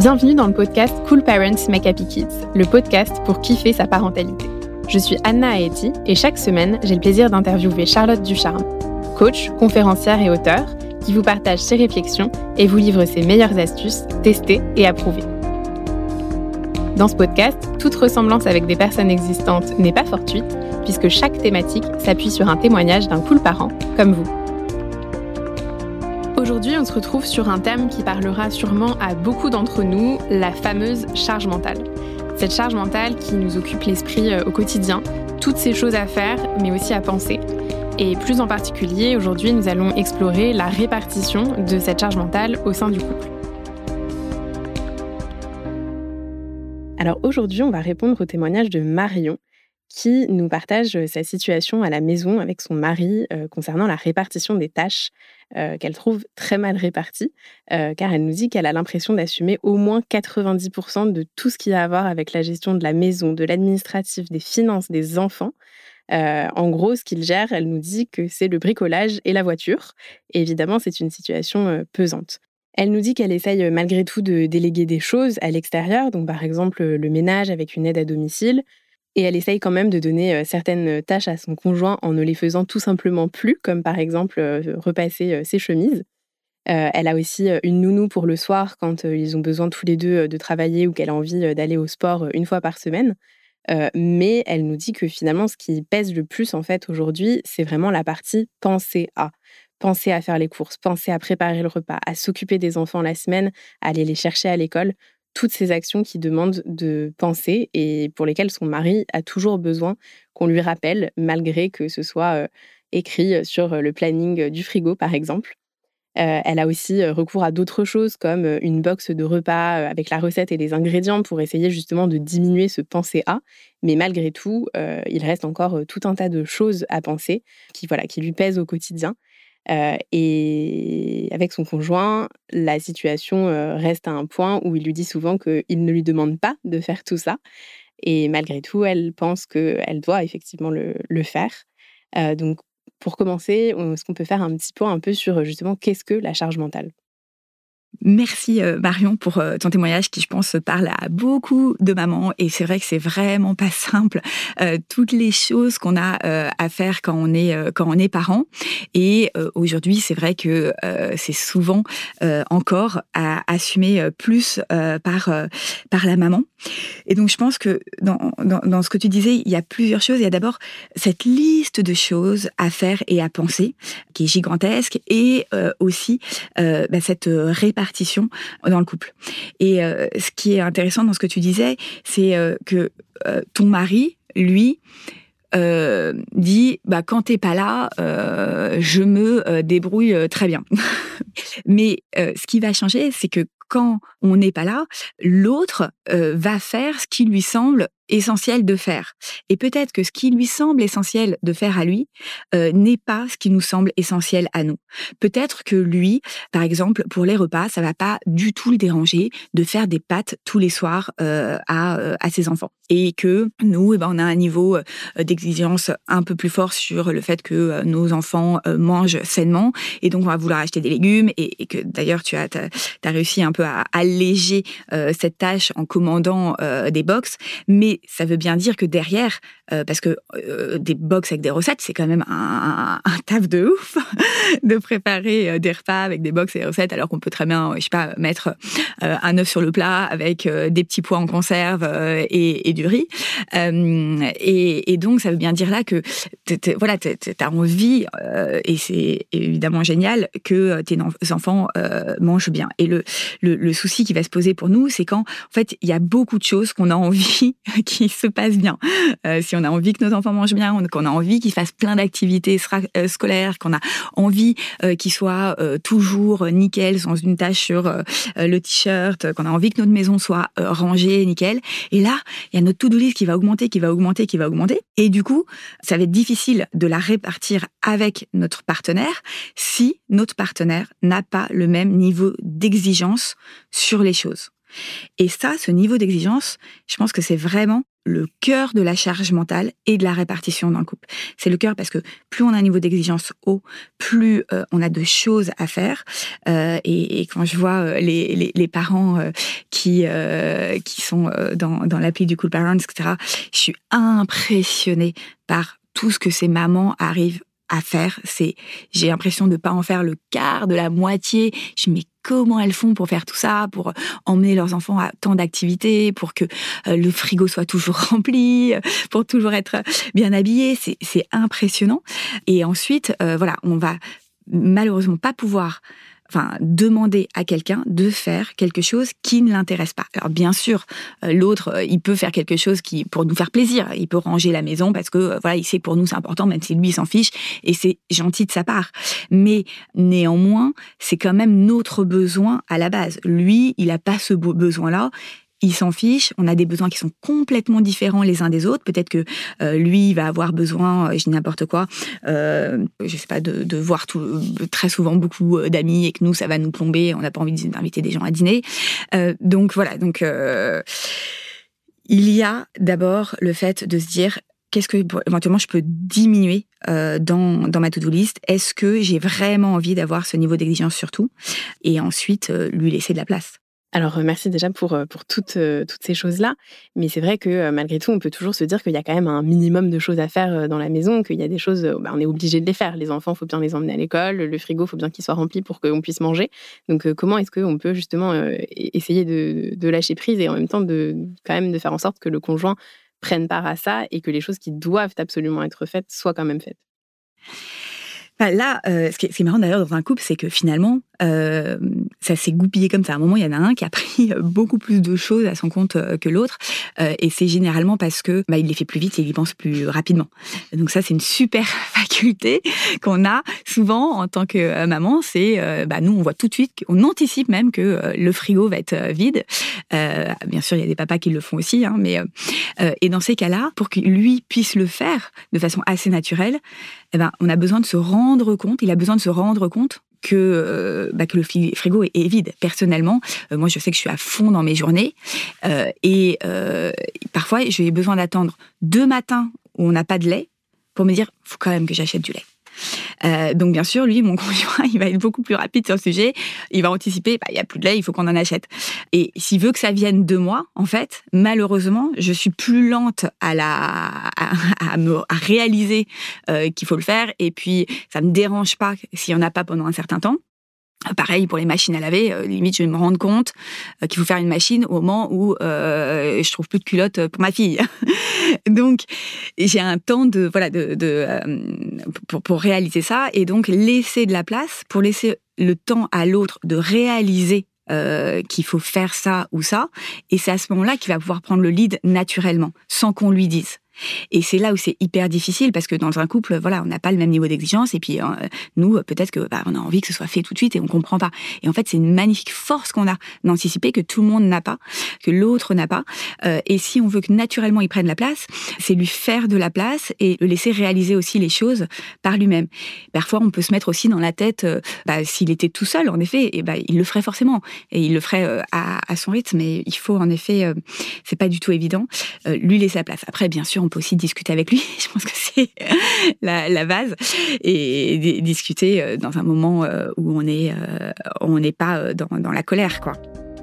Bienvenue dans le podcast Cool Parents Make Happy Kids, le podcast pour kiffer sa parentalité. Je suis Anna Aeti et chaque semaine, j'ai le plaisir d'interviewer Charlotte Ducharme, coach, conférencière et auteure, qui vous partage ses réflexions et vous livre ses meilleures astuces, testées et approuvées. Dans ce podcast, toute ressemblance avec des personnes existantes n'est pas fortuite, puisque chaque thématique s'appuie sur un témoignage d'un cool parent, comme vous. Aujourd'hui, on se retrouve sur un thème qui parlera sûrement à beaucoup d'entre nous, la fameuse charge mentale. Cette charge mentale qui nous occupe l'esprit au quotidien, toutes ces choses à faire, mais aussi à penser. Et plus en particulier, aujourd'hui, nous allons explorer la répartition de cette charge mentale au sein du couple. Alors aujourd'hui, on va répondre au témoignage de Marion, qui nous partage sa situation à la maison avec son mari concernant la répartition des tâches qu'elle trouve très mal réparties, car elle nous dit qu'elle a l'impression d'assumer au moins 90% de tout ce qui a à voir avec la gestion de la maison, de l'administratif, des finances, des enfants. En gros, ce qu'il gère, elle nous dit que c'est le bricolage et la voiture. Et évidemment, c'est une situation pesante. Elle nous dit qu'elle essaye malgré tout de déléguer des choses à l'extérieur, donc par exemple le ménage avec une aide à domicile. Et elle essaye quand même de donner certaines tâches à son conjoint en ne les faisant tout simplement plus, comme par exemple repasser ses chemises. Elle a aussi une nounou pour le soir quand ils ont besoin tous les deux de travailler ou qu'elle a envie d'aller au sport une fois par semaine. Mais elle nous dit que finalement, ce qui pèse le plus en fait aujourd'hui, c'est vraiment la partie penser à. Penser à faire les courses, penser à préparer le repas, à s'occuper des enfants la semaine, à aller les chercher à l'école. Toutes ces actions qui demandent de penser et pour lesquelles son mari a toujours besoin qu'on lui rappelle, malgré que ce soit écrit sur le planning du frigo, par exemple. Elle a aussi recours à d'autres choses comme une box de repas avec la recette et les ingrédients pour essayer justement de diminuer ce penser à. Mais malgré tout, il reste encore tout un tas de choses à penser qui lui pèsent au quotidien. Et avec son conjoint, la situation reste à un point où il lui dit souvent qu'il ne lui demande pas de faire tout ça. Et malgré tout, elle pense qu'elle doit effectivement le faire. Donc, pour commencer, est-ce qu'on peut faire un petit point un peu sur justement qu'est-ce que la charge mentale ? Merci Marion pour ton témoignage qui, je pense, parle à beaucoup de mamans. Et c'est vrai que c'est vraiment pas simple, toutes les choses qu'on a à faire quand on est parent. Et aujourd'hui, c'est vrai que c'est souvent encore à assumer plus par la maman. Et donc, je pense que dans ce que tu disais, il y a plusieurs choses. Il y a d'abord cette liste de choses à faire et à penser, qui est gigantesque, et aussi cette répartition dans le couple. Et ce qui est intéressant dans ce que tu disais, c'est que ton mari, lui, dit quand t'es pas là, je me débrouille très bien. Mais ce qui va changer, c'est que quand on n'est pas là, l'autre va faire ce qui lui semble essentiel de faire. Et peut-être que ce qui lui semble essentiel de faire à lui n'est pas ce qui nous semble essentiel à nous. Peut-être que lui, par exemple, pour les repas, ça va pas du tout le déranger de faire des pâtes tous les soirs à ses enfants. Et que nous, on a un niveau d'exigence un peu plus fort sur le fait que nos enfants mangent sainement. Et donc, on va vouloir acheter des légumes et que d'ailleurs, tu as réussi un peu à alléger cette tâche en commandant des box. Mais ça veut bien dire que derrière, parce que des box avec des recettes, c'est quand même un taf de ouf de préparer des repas avec des box et des recettes, alors qu'on peut très bien, mettre un œuf sur le plat avec des petits pois en conserve et du riz. Et donc, ça veut bien dire là que t'as envie, et c'est évidemment génial, que tes enfants mangent bien. Et le souci qui va se poser pour nous, c'est quand, en fait, il y a beaucoup de choses qu'on a envie qui se passent bien. Si on a envie que nos enfants mangent bien, qu'on a envie qu'ils fassent plein d'activités scolaires, qu'on a envie qu'ils soient toujours nickel, sans une tache sur le t-shirt, qu'on a envie que notre maison soit rangée, nickel. Et là, il y a notre to-do list qui va augmenter. Et du coup, ça va être difficile de la répartir avec notre partenaire si notre partenaire n'a pas le même niveau d'exigence sur les choses. Et ça, ce niveau d'exigence, je pense que c'est vraiment le cœur de la charge mentale et de la répartition dans le couple. C'est le cœur parce que plus on a un niveau d'exigence haut, plus on a de choses à faire. Et quand je vois les parents qui sont dans l'appli du Cool Parents, etc., je suis impressionnée par tout ce que ces mamans arrivent à faire. J'ai l'impression de ne pas en faire le quart, de la moitié. Je me dis, mais comment elles font pour faire tout ça, pour emmener leurs enfants à tant d'activités, pour que le frigo soit toujours rempli, pour toujours être bien habillé. C'est impressionnant. Et ensuite, voilà, on va malheureusement pas pouvoir demander à quelqu'un de faire quelque chose qui ne l'intéresse pas. Alors bien sûr, l'autre, il peut faire quelque chose pour nous faire plaisir. Il peut ranger la maison parce que voilà, il sait que pour nous c'est important, même si lui il s'en fiche, et c'est gentil de sa part. Mais néanmoins, c'est quand même notre besoin à la base. Lui, il n'a pas ce besoin-là. Il s'en fiche, on a des besoins qui sont complètement différents les uns des autres. Peut-être que lui, il va avoir besoin, je dis n'importe quoi, je sais pas, de voir très souvent beaucoup d'amis et que nous, ça va nous plomber, on n'a pas envie d'inviter des gens à dîner. Donc voilà, il y a d'abord le fait de se dire, qu'est-ce que éventuellement je peux diminuer dans ma to-do list? Est-ce que j'ai vraiment envie d'avoir ce niveau d'exigence sur tout? Et ensuite, lui laisser de la place. Alors, merci déjà pour toutes ces choses-là. Mais c'est vrai que malgré tout, on peut toujours se dire qu'il y a quand même un minimum de choses à faire dans la maison, qu'il y a des choses, on est obligé de les faire. Les enfants, il faut bien les emmener à l'école, le frigo, il faut bien qu'il soit rempli pour qu'on puisse manger. Donc, comment est-ce qu'on peut justement essayer de lâcher prise et en même temps quand même de faire en sorte que le conjoint prenne part à ça et que les choses qui doivent absolument être faites soient quand même faites? Là, ce qui est marrant d'ailleurs dans un couple, c'est que finalement, ça s'est goupillé comme ça. À un moment, il y en a un qui a pris beaucoup plus de choses à son compte que l'autre, et c'est généralement parce que il les fait plus vite et il y pense plus rapidement. Donc ça, c'est une super faculté qu'on a souvent en tant que maman. C'est nous, on voit tout de suite, on anticipe même que le frigo va être vide. Bien sûr, il y a des papas qui le font aussi, hein, mais et dans ces cas-là, pour que lui puisse le faire de façon assez naturelle, on a besoin de se rendre compte. Il a besoin de se rendre compte que le frigo est vide. Personnellement, moi, je sais que je suis à fond dans mes journées et parfois, j'ai besoin d'attendre 2 matins où on n'a pas de lait pour me dire, faut quand même que j'achète du lait. Donc bien sûr, lui, mon conjoint, il va être beaucoup plus rapide sur le sujet. Il va anticiper, il y a plus de lait, il faut qu'on en achète. Et s'il veut que ça vienne de moi, en fait, malheureusement, je suis plus lente à réaliser qu'il faut le faire. Et puis, ça me dérange pas s'il y en a pas pendant un certain temps. Pareil pour les machines à laver, limite je vais me rendre compte qu'il faut faire une machine au moment où je trouve plus de culottes pour ma fille. Donc j'ai un temps pour réaliser ça et donc laisser de la place pour laisser le temps à l'autre de réaliser qu'il faut faire ça ou ça, et c'est à ce moment-là qu'il va pouvoir prendre le lead naturellement, sans qu'on lui dise. Et c'est là où c'est hyper difficile parce que dans un couple, voilà, on n'a pas le même niveau d'exigence et puis nous, peut-être que on a envie que ce soit fait tout de suite et on comprend pas. Et en fait, c'est une magnifique force qu'on a d'anticiper que tout le monde n'a pas, que l'autre n'a pas. Et si on veut que naturellement il prenne la place, c'est lui faire de la place et le laisser réaliser aussi les choses par lui-même. Parfois, on peut se mettre aussi dans la tête, s'il était tout seul, en effet, et il le ferait forcément et il le ferait à son rythme. Mais il faut en effet, c'est pas du tout évident, lui laisser la place. Après, bien sûr, on peut aussi discuter avec lui. Je pense que c'est la base. Et discuter dans un moment où on n'est pas dans la colère, quoi.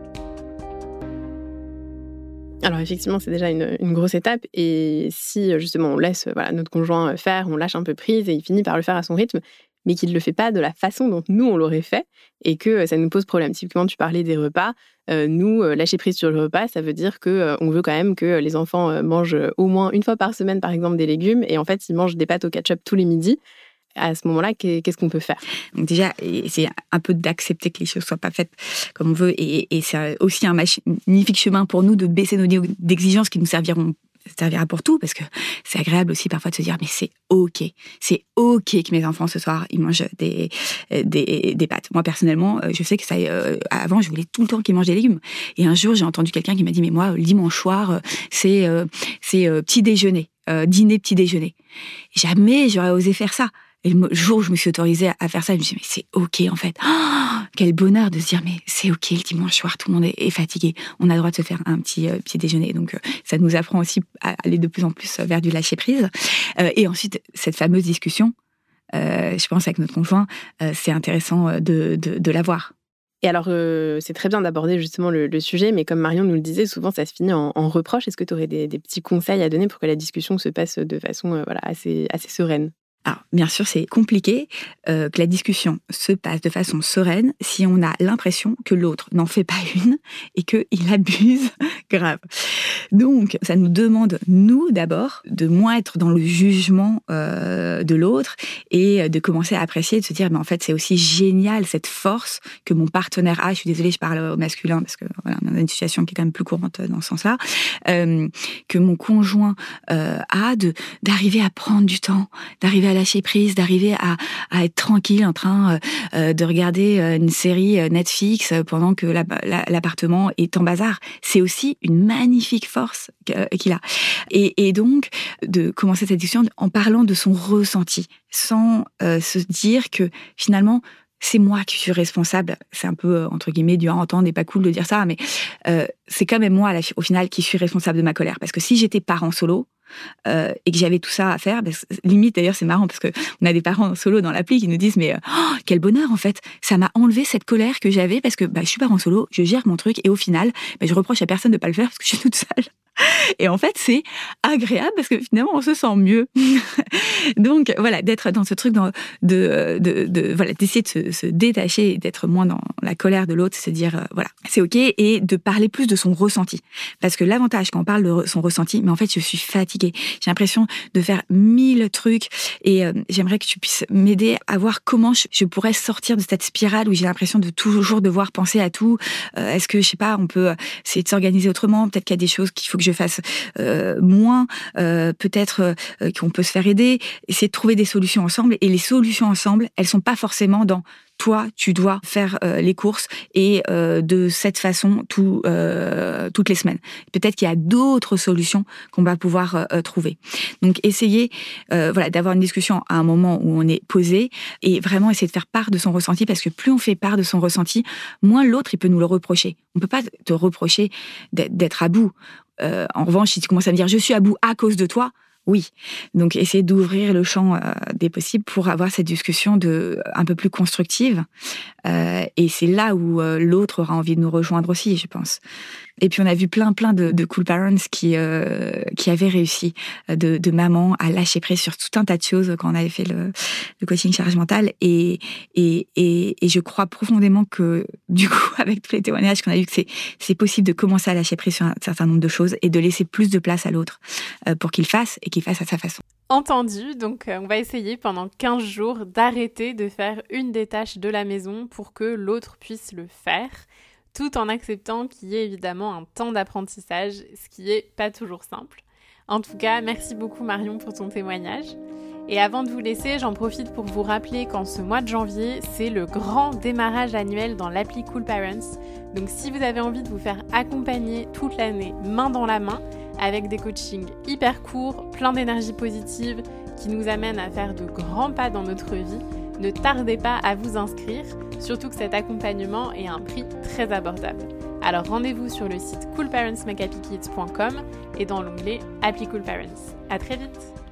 Alors effectivement, c'est déjà une grosse étape. Et si justement on laisse notre conjoint faire, on lâche un peu prise et il finit par le faire à son rythme, mais qu'il ne le fait pas de la façon dont nous, on l'aurait fait, et que ça nous pose problème. Typiquement, tu parlais des repas. Nous, lâcher prise sur le repas, ça veut dire qu'on veut quand même que les enfants mangent au moins une fois par semaine, par exemple, des légumes, et en fait, ils mangent des pâtes au ketchup tous les midis. À ce moment-là, qu'est-ce qu'on peut faire? Donc déjà, c'est un peu d'accepter que les choses ne soient pas faites comme on veut, et c'est aussi un magnifique chemin pour nous de baisser nos niveaux d'exigence qui nous servira pour tout, parce que c'est agréable aussi parfois de se dire mais c'est ok que mes enfants ce soir ils mangent des pâtes. Moi personnellement, je sais que ça avant je voulais tout le temps qu'ils mangent des légumes, et un jour j'ai entendu quelqu'un qui m'a dit mais moi le dimanche soir c'est petit déjeuner, dîner petit déjeuner. Jamais j'aurais osé faire ça. Et le jour où je me suis autorisée à faire ça, je me suis dit, mais c'est ok en fait. Oh, quel bonheur de se dire, mais c'est OK, le dimanche soir, tout le monde est fatigué. On a le droit de se faire un petit déjeuner. Donc, ça nous apprend aussi à aller de plus en plus vers du lâcher-prise. Et ensuite, cette fameuse discussion, je pense avec notre conjoint, c'est intéressant de l'avoir. Et alors, c'est très bien d'aborder justement le sujet, mais comme Marion nous le disait, souvent ça se finit en reproches. Est-ce que tu aurais des petits conseils à donner pour que la discussion se passe de façon assez sereine? Alors, bien sûr, c'est compliqué que la discussion se passe de façon sereine si on a l'impression que l'autre n'en fait pas une et qu'il abuse grave. Donc, ça nous demande, nous, d'abord, de moins être dans le jugement de l'autre et de commencer à apprécier, de se dire, mais en fait, c'est aussi génial, cette force que mon partenaire a. Je suis désolée, je parle au masculin parce que voilà, on a une situation qui est quand même plus courante dans ce sens-là. Que mon conjoint a d'arriver à prendre du temps, d'arriver à lâcher prise, d'arriver à être tranquille en train de regarder une série Netflix pendant que l'appartement est en bazar. C'est aussi une magnifique force qu'il a. Et donc, de commencer cette discussion en parlant de son ressenti, sans se dire que finalement, c'est moi qui suis responsable. C'est un peu, entre guillemets, dur à entendre et pas cool de dire ça, mais c'est quand même moi, au final, qui suis responsable de ma colère. Parce que si j'étais parent solo, et que j'avais tout ça à faire, limite d'ailleurs c'est marrant parce que on a des parents solo dans l'appli qui nous disent mais quel bonheur en fait, ça m'a enlevé cette colère que j'avais parce que je suis parent solo, je gère mon truc et au final je reproche à personne de pas le faire parce que je suis toute seule. Et en fait, c'est agréable parce que finalement, on se sent mieux. Donc, voilà, d'être dans ce truc d'essayer de se détacher et d'être moins dans la colère de l'autre, se dire, voilà, c'est OK, et de parler plus de son ressenti. Parce que l'avantage quand on parle de son ressenti, mais en fait, je suis fatiguée. J'ai l'impression de faire 1000 trucs et j'aimerais que tu puisses m'aider à voir comment je pourrais sortir de cette spirale où j'ai l'impression de toujours devoir penser à tout. Est-ce que, je sais pas, on peut essayer de s'organiser autrement? Peut-être qu'il y a des choses qu'il faut que je fasse moins, peut-être qu'on peut se faire aider, essayer de trouver des solutions ensemble. Et les solutions ensemble, elles sont pas forcément dans toi, tu dois faire les courses et de cette façon toutes les semaines. Peut-être qu'il y a d'autres solutions qu'on va pouvoir trouver. Donc, essayer d'avoir une discussion à un moment où on est posé et vraiment essayer de faire part de son ressenti parce que plus on fait part de son ressenti, moins l'autre, il peut nous le reprocher. On peut pas te reprocher d'être à bout. En revanche, si tu commences à me dire « je suis à bout à cause de toi », oui. Donc, essayer d'ouvrir le champ des possibles pour avoir cette discussion un peu plus constructive. Et c'est là où l'autre aura envie de nous rejoindre aussi, je pense. Et puis, on a vu plein de cool parents qui avaient réussi de maman à lâcher prise sur tout un tas de choses quand on avait fait le coaching charge mentale. Et je crois profondément que, du coup, avec tous les témoignages qu'on a eu, que c'est possible de commencer à lâcher prise sur un certain nombre de choses et de laisser plus de place à l'autre pour qu'il fasse et qu'il fasse à sa façon. Entendu, donc on va essayer pendant 15 jours d'arrêter de faire une des tâches de la maison pour que l'autre puisse le faire, tout en acceptant qu'il y ait évidemment un temps d'apprentissage, ce qui est pas toujours simple. En tout cas, merci beaucoup Marion pour ton témoignage. Et avant de vous laisser, j'en profite pour vous rappeler qu'en ce mois de janvier, c'est le grand démarrage annuel dans l'appli Cool Parents. Donc si vous avez envie de vous faire accompagner toute l'année, main dans la main, avec des coachings hyper courts, plein d'énergie positive, qui nous amènent à faire de grands pas dans notre vie, ne tardez pas à vous inscrire, surtout que cet accompagnement est à un prix très abordable. Alors rendez-vous sur le site coolparentsmakehappykids.com et dans l'onglet Happy Cool Parents. À très vite!